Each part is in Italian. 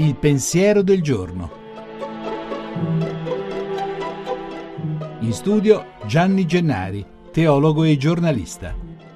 Il pensiero del giorno. In studio Gianni Gennari, teologo e giornalista.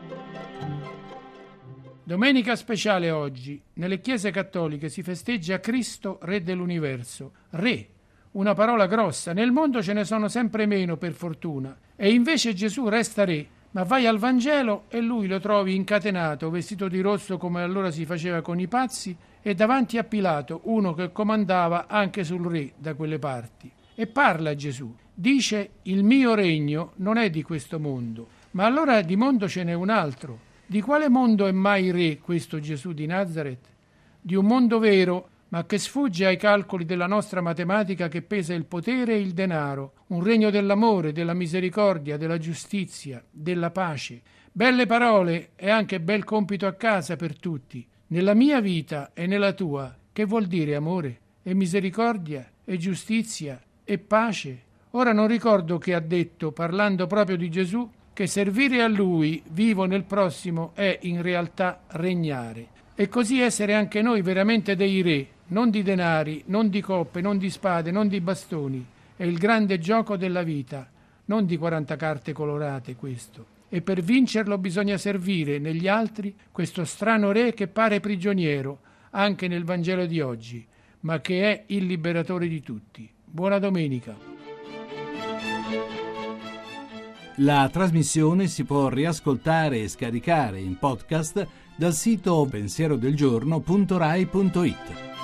Domenica speciale oggi. Nelle chiese cattoliche si festeggia Cristo, Re dell'universo. Re, una parola grossa. Nel mondo ce ne sono sempre meno, per fortuna. E invece Gesù resta Re. Ma vai al Vangelo e lui lo trovi incatenato, vestito di rosso come allora si faceva con i pazzi, e davanti a Pilato, uno che comandava anche sul re da quelle parti. E parla Gesù. Dice: il mio regno non è di questo mondo. Ma allora di mondo ce n'è un altro. Di quale mondo è mai re questo Gesù di Nazaret? Di un mondo vero, ma che sfugge ai calcoli della nostra matematica che pesa il potere e il denaro, un regno dell'amore, della misericordia, della giustizia, della pace. Belle parole e anche bel compito a casa per tutti. Nella mia vita e nella tua, che vuol dire amore e misericordia e giustizia e pace? Ora non ricordo che ha detto, parlando proprio di Gesù, che servire a Lui, vivo nel prossimo, è in realtà regnare. E così essere anche noi veramente dei re, non di denari, non di coppe, non di spade, non di bastoni. È il grande gioco della vita, non di 40 carte colorate questo. E per vincerlo bisogna servire negli altri questo strano re che pare prigioniero, anche nel Vangelo di oggi, ma che è il liberatore di tutti. Buona domenica. La trasmissione si può riascoltare e scaricare in podcast dal sito pensierodelgiorno.rai.it.